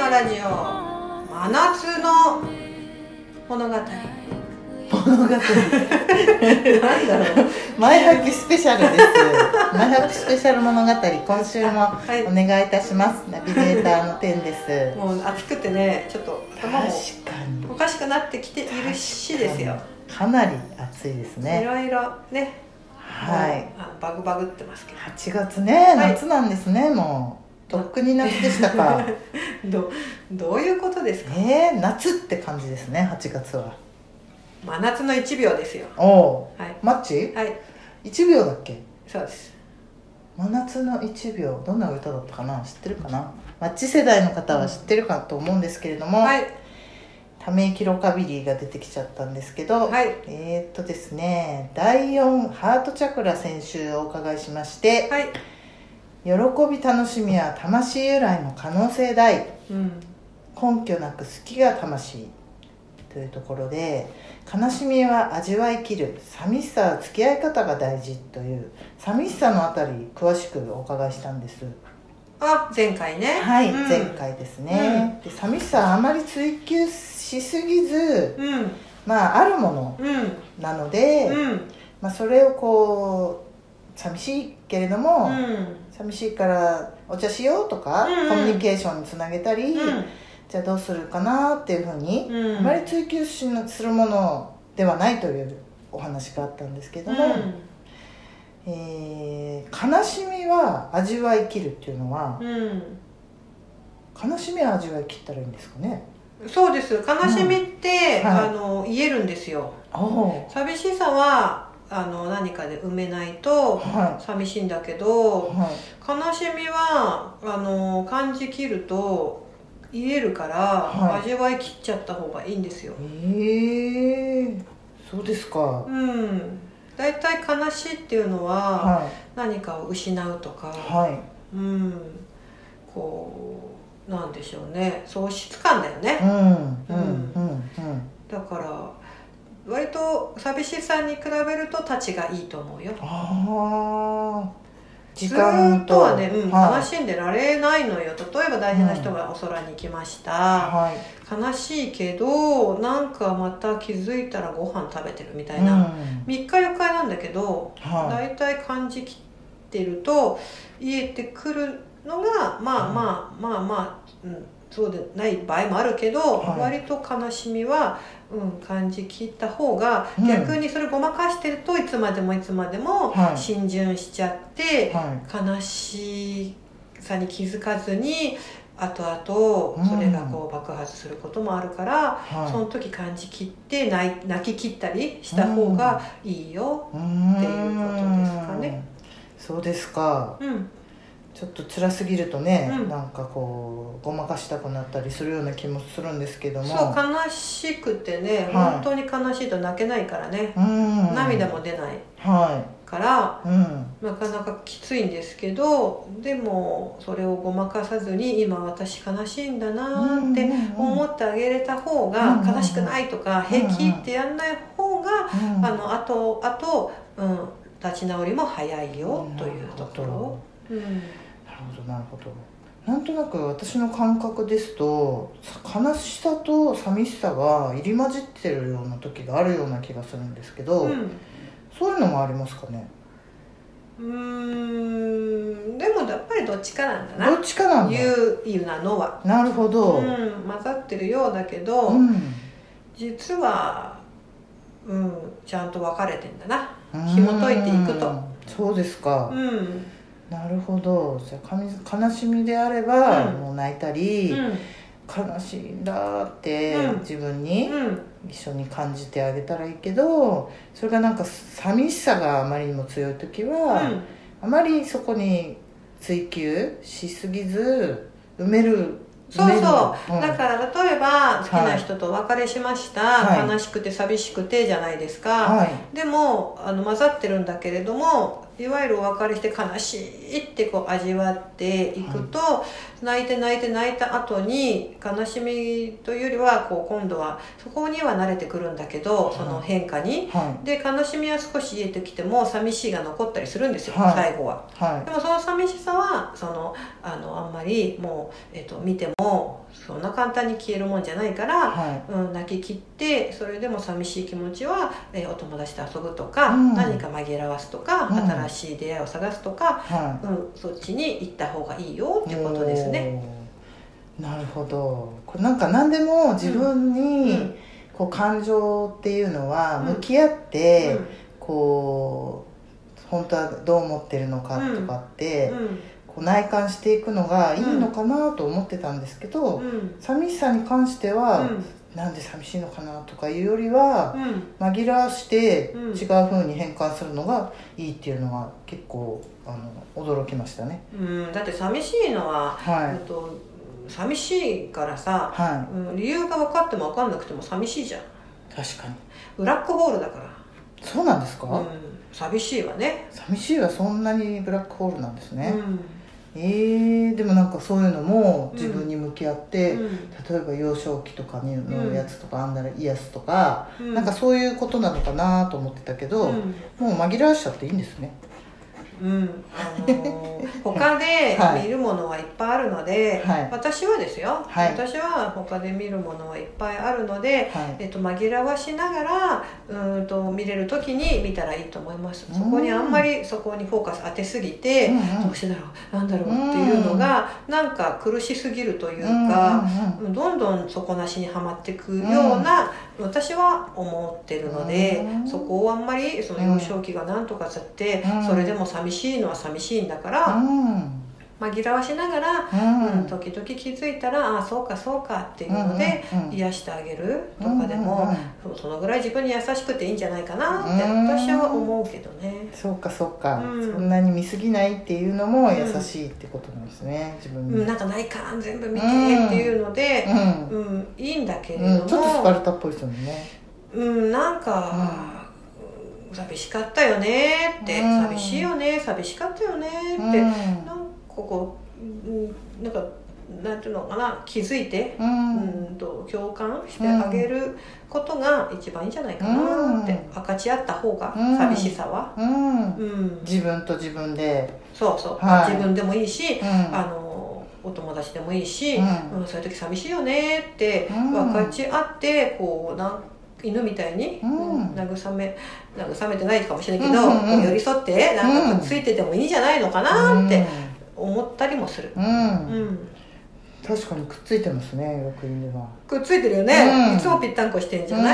島ラジオ真夏の物語なんだろう前履きスペシャルです前履きスペシャル物語、今週もお願いいたします、ナビゲーターの天です。 もう暑くてね、ちょっと頭もおかしくなってきているしですよ。 かなり暑いですね。 いろいろね、 はい、 バグバグってますけど、 8月ね、夏なんですね。もうとっくに夏でしたかどういうことですか。 夏って感じですね、8月は。 真夏の1秒ですよ。 おー、 はい、 マッチ、 はい、 1秒だっけ。 そうです。 真夏の1秒、どんな歌だったかな、知ってるかな。マッチ世代の方は知ってるかと思うんですけれども、 はい、 ため息ロカビリーが出てきちゃったんですけど、 はい、 ですね、第4ハートチャクラ先週お伺いしまして、 はい、 喜び楽しみは魂由来の可能性大、根拠なく好きが魂というところで、悲しみは味わい切る、寂しさは付き合い方が大事という、寂しさのあたり詳しくお伺いしたんです。 前回ね。 はい、前回ですね。で、寂しさはあまり追求しすぎず、あるものなので、それをこう寂しいけれども、寂しいからお茶しようとか、コミュニケーションにつなげたり、じゃあどうするかなっていうふうに、あまり追求するものではないというお話があったんですけども、悲しみは味わい切るっていうのは、悲しみは味わい切ったらいいんですかね。 そうです。悲しみって、言えるんですよ。寂しさは何かで埋めないと寂しいんだけど、悲しみは感じ切ると言えるから、味わい切っちゃった方がいいんですよ。 そうですか。 だいたい悲しいっていうのは、何かを失うとか、こうなんでしょうね、喪失感だよね。だから割と寂しさに比べるとたちがいいと思うよ。時間とはね、悲しんでられないのよ。例えば大事な人がお空に行きました、悲しいけどなんかまた気づいたらご飯食べてるみたいな、3日4日なんだけど、だいたい感じきってると癒えてくるのがそうでない場合もあるけど、割と悲しみは、感じきった方が、逆にそれごまかしてるといつまでも浸潤しちゃって、悲しさに気づかずに後々それがこう爆発することもあるから、その時感じきって泣ききったりした方がいいよっていうことですかね。 そうですか。ちょっと辛すぎるとね、なんかこうごまかしたくなったりするような気もするんですけども。 そう、悲しくてね、本当に悲しいと泣けないからね、涙も出ないから、なかなかきついんですけど、でもそれをごまかさずに、今私悲しいんだなって思ってあげれた方が、悲しくないとか平気ってやんない方が、あと立ち直りも早いよというところ。 なるほど。なんとなく私の感覚ですと、悲しさと寂しさが入り混じってるような時があるような気がするんですけど、そういうのもありますかね。 でもやっぱりどっちかなんだな。 どっちかなんだ。 いうなのは。 なるほど。 混ざってるようだけど、実はちゃんと分かれてんだな。紐解いていくと。 そうですか。なるほど。じゃあ悲しみであれば、もう泣いたり、悲しいんだって自分に一緒に感じてあげたらいいけど、それがなんか寂しさがあまりにも強い時は、あまりそこに追求しすぎず埋める。 そうそう、だから例えば好きな人とお別れしました、悲しくて寂しくてじゃないですか、でも混ざってるんだけれども、 いわゆるお別れして悲しいってこう味わっていくと、泣いてた後に悲しみというよりはこう今度はそこには慣れてくるんだけど、その変化に、で悲しみは少し癒えてきても寂しいが残ったりするんですよ、最後は。でもその寂しさはあんまりもう、見てもそんな簡単に消えるもんじゃないから、泣き切って、それでも寂しい気持ちは、お友達と遊ぶとか、何か紛らわすとか、新しい出会いを探すとか、そっちに行った方がいいよってことですね。 なるほど。これなんか何でも自分にこう感情っていうのは向き合って、こう本当はどう思ってるのかとかって、こう内観していくのがいいのかなと思ってたんですけど、寂しさに関しては、なんで寂しいのかなとかいうよりは、紛らわして違う風に変換するのがいいっていうのは結構驚きましたね。 だって寂しいのは、寂しいからさ、理由が分かっても分かんなくても寂しいじゃん。 確かに。 ブラックホールだから。 そうなんですか？ 寂しいわね。 寂しいはそんなにブラックホールなんですね。でもなんかそういうのも自分に向き合って、例えば幼少期とかのやつとか、あんなら癒すとか、なんかそういうことなのかなと思ってたけど、もう紛らわしちゃっていいんですね。 他で見るものはいっぱいあるので、私はですよ、私は他で見るものはいっぱいあるので、紛らわしながら見れる時に見たらいいと思います。そこにあんまりそこにフォーカス当てすぎて、どうしてだろうなんだろうっていうのがなんか苦しすぎるというか、どんどん底なしにはまっていくような、私は思ってるので、そこをあんまりその幼少期がなんとかさって、それでも寂しいのは寂しいんだから、紛らわしながら、時々気づいたら、ああそうかそうかっていうので、癒してあげるとかでも、そのぐらい自分に優しくていいんじゃないかなって私は思うけどね。 そうかそうか、そんなに見過ぎないっていうのも優しいってことなんですね、自分に。 なんか内観全部見てっていうので、いいんだけれども、 ちょっとスパルタっぽいですもんね。 なんか、寂しかったよねって、寂しいよね、寂しかったよねって、なんかこう、なんかなんていうのかな、気づいて、共感してあげることが一番いいんじゃないかなって、分かち合った方が、寂しさは、 自分と自分で、 そう、自分でもいいし、お友達でもいいし、そういう時寂しいよねって分かち合って、こう犬みたいに、慰めてないかもしれないけど、寄り添ってなんかくっついててもいいんじゃないのかなって思ったりもする。 確かにくっついてますね、よく犬は。 くっついてるよね、いつもぴったんこしてんじゃない、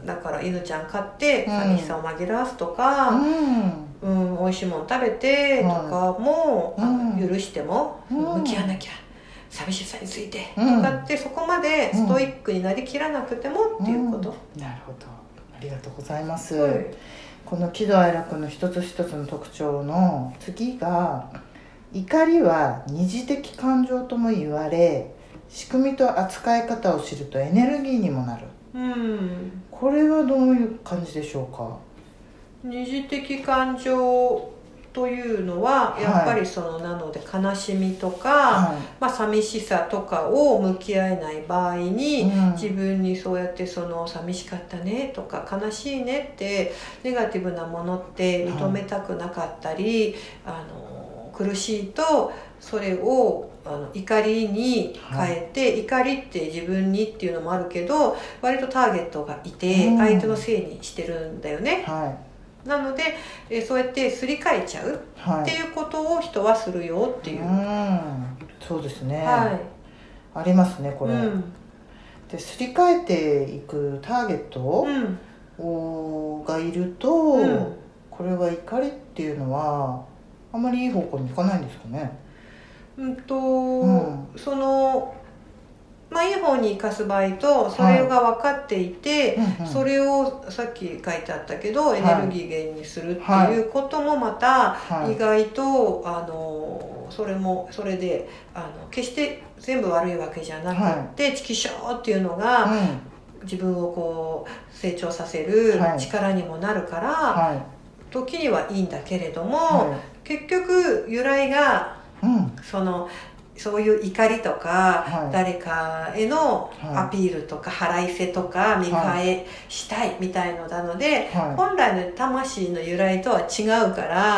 だから犬ちゃん飼って寂しさを紛らわすとか、美味しいもの食べてとかも、許しても向き合わなきゃ、寂しさについてとかって、そこまでストイックになりきらなくてもっていうこと。 なるほど、ありがとうございます。この喜怒哀楽の一つ一つの特徴の次が、怒りは二次的感情とも言われ、仕組みと扱い方を知るとエネルギーにもなる。これはどういう感じでしょうか？ 二次的感情というのはやっぱりなので、悲しみとか、寂しさとかを向き合えない場合に、自分にそうやって寂しかったねとか悲しいねってネガティブなものって認めたくなかったり、苦しいとそれを怒りに変えて、怒りって自分にっていうのもあるけど、割とターゲットがいて相手のせいにしてるんだよね。なので、そうやってすり替えちゃうっていうことを人はするよっていう。 そうですね、ありますねこれ。ですり替えていくターゲット、がいると、これは怒りっていうのはあまりいい方向にいかないんですかね。 いい方に生かす場合と、それが分かっていて、それをさっき書いてあったけど、エネルギー源にするっていうこともまた意外と、それで決して全部悪いわけじゃなくて、チキショーっていうのが、自分をこう成長させる力にもなるから、 時にはいいんだけれども、結局由来が、そういう怒りとか、誰かへのアピールとか腹いせとか見返したいみたいのなので、本来の魂の由来とは違うから、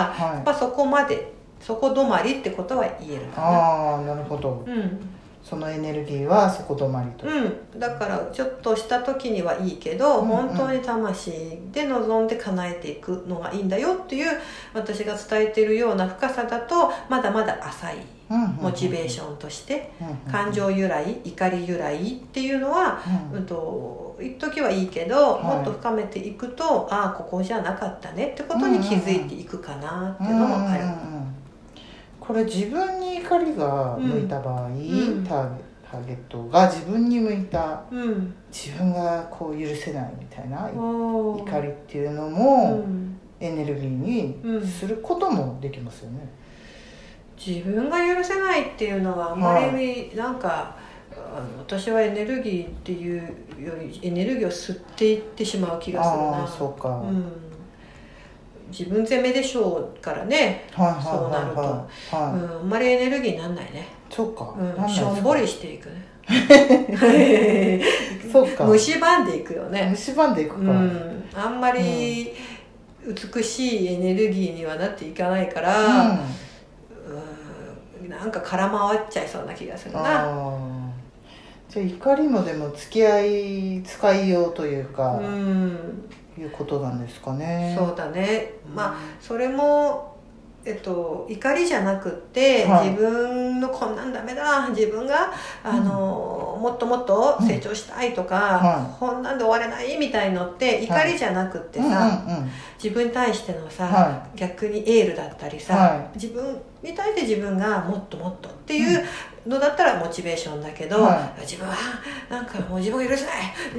やっぱそこ止まりってことは言えるかな。 なるほど。そのエネルギーはそこ止まりと。 だからちょっとした時にはいいけど、本当に魂で望んで叶えていくのがいいんだよっていう、私が伝えているような深さだとまだまだ浅いモチベーションとして、感情由来、怒り由来っていうのは、一時はいいけど、もっと深めていくと、ここじゃなかったねってことに気づいていくかなっていうのもある。 これ自分に怒りが向いた場合、ターゲットが自分に向いた、自分がこう許せないみたいな怒りっていうのも、エネルギーにすることもできますよね。 自分が許せないっていうのはあんまりなんか、私はエネルギーっていうよりエネルギーを吸っていってしまう気がするな。 そうか。 自分責めでしょうからね、そうなると、あんまりエネルギーにならないね。 そうか、 しょんぼりしていくねそうか、 蝕んでいくよね。 蝕んでいくか、 あんまり美しいエネルギーにはなっていかないから、なんか空回っちゃいそうな気がするな。 じゃあ怒りもでも使いようというか、いうことなんですかね。 そうだね。それも怒りじゃなくって、自分のこんなんダメだ、自分がもっともっと成長したいとか、こんなんで終われないみたいのって怒りじゃなくってさ、自分に対してのさ、逆にエールだったりさ、自分に対して自分がもっともっとっていうのだったらモチベーションだけど、自分はなんかもう自分が許せない、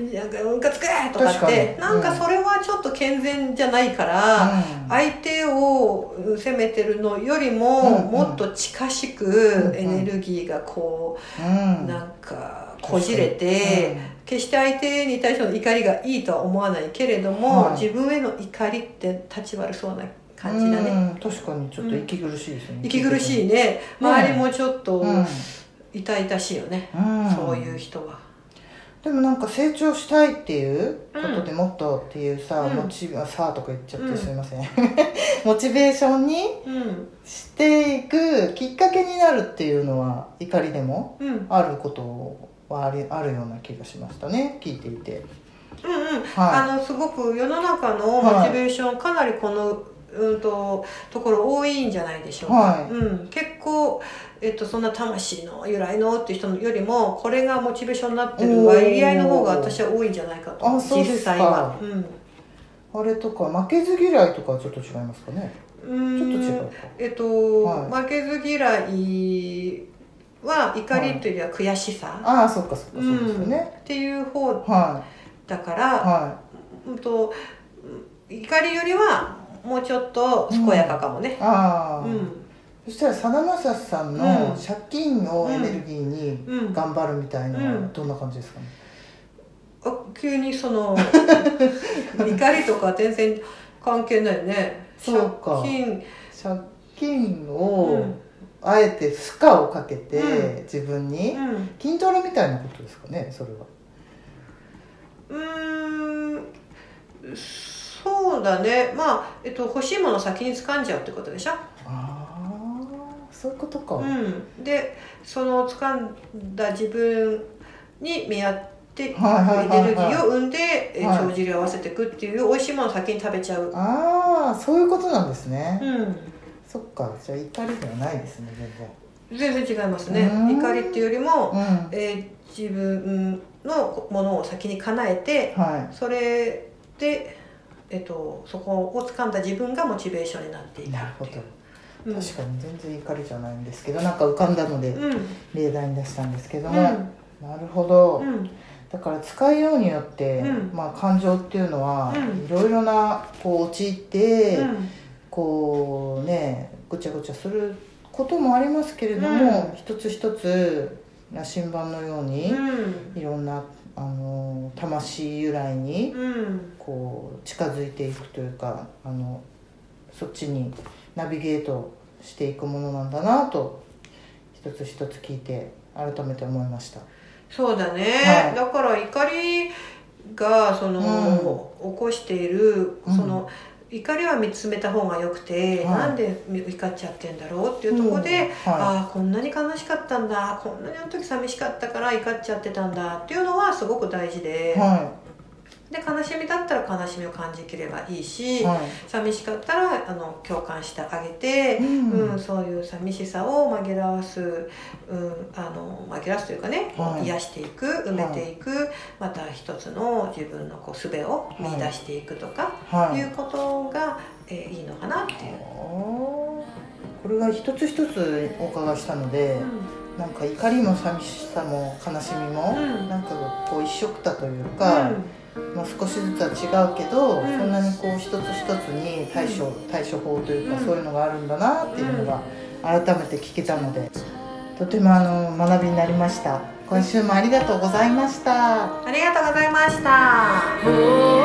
なんかムカつくとかって、なんかそれはちょっと健全じゃないから、相手を責めてるのよりももっと近しくエネルギーがこうなんかこじれて、決して相手に対しての怒りがいいとは思わないけれども、自分への怒りって立ち悪そうな感じだね。 確かにちょっと息苦しいですね。 息苦しいね。周りもちょっと痛々しいよね、そういう人は。 でもなんか成長したいっていうことでもっとっていうさ、さあとか言っちゃってすいません、モチベーションにしていくきっかけになるっていうのは怒りでもあることはあるような気がしましたね、聞いていて。 すごく世の中のモチベーション、かなりこのところ多いんじゃないでしょうか。結構そんな魂の由来のっていう人よりもこれがモチベーションになってる割合の方が私は多いんじゃないかと。実際は。 あれとか負けず嫌いとかはちょっと違いますかね。ちょっと違うか。 負けず嫌いは怒りというよりは悔しさ。 そっかそうですよね。 っていう方だから、怒りよりはもうちょっと健やかかもね。そしたらさだまさしさんの借金をエネルギーに頑張るみたいなのはどんな感じですかね。 急にその怒りとか全然関係ないね。 そうか。借金をあえて負荷をかけて自分に筋トレみたいなことですかね、それは。 そうだね。欲しいものを先に掴んじゃうってことでしょ。 そういうことか。 でその掴んだ自分に見合ってエネルギーを生んで帳尻を合わせていくっていう、美味しいものを先に食べちゃう。 そういうことなんですね。そっか。じゃあ怒りではないですね、 全然違いますね。怒りっていうよりも、自分のものを先に叶えて、それで、そこを掴んだ自分がモチベーションになっていく。 なるほど。確かに全然怒りじゃないんですけど、なんか浮かんだので例題に出したんですけども、なるほど。だから使いようによって、感情っていうのはいろいろな陥って、こうねぐちゃぐちゃすることもありますけれども、一つ一つ羅針盤のようにいろんな魂由来にこう近づいていくというか、 そっちにナビゲートしていくものなんだなと一つ一つ聞いて改めて思いました。 そうだね、はい、だから怒りがその、起こしているその、怒りは見つめた方がよくて、なんで怒っちゃってんだろうっていうところで、ああこんなに悲しかったんだ、こんなにあの時寂しかったから怒っちゃってたんだっていうのはすごく大事で、で悲しみだったら悲しみを感じきればいいし、寂しかったら共感してあげて、そういう寂しさを紛らわす、紛らわすというかね、癒していく、埋めていく、また一つの自分の術を見出していくとか、いうことが、いいのかなっていう。 これが一つ一つお伺いしたので、なんか怒りも寂しさも悲しみも、なんかこう一緒くたというか、まあ、少しずつは違うけど、そんなにこう一つ一つに対処法というか、そういうのがあるんだなっていうのが改めて聞けたので、とても学びになりました。今週もありがとうございました。 ありがとうございました。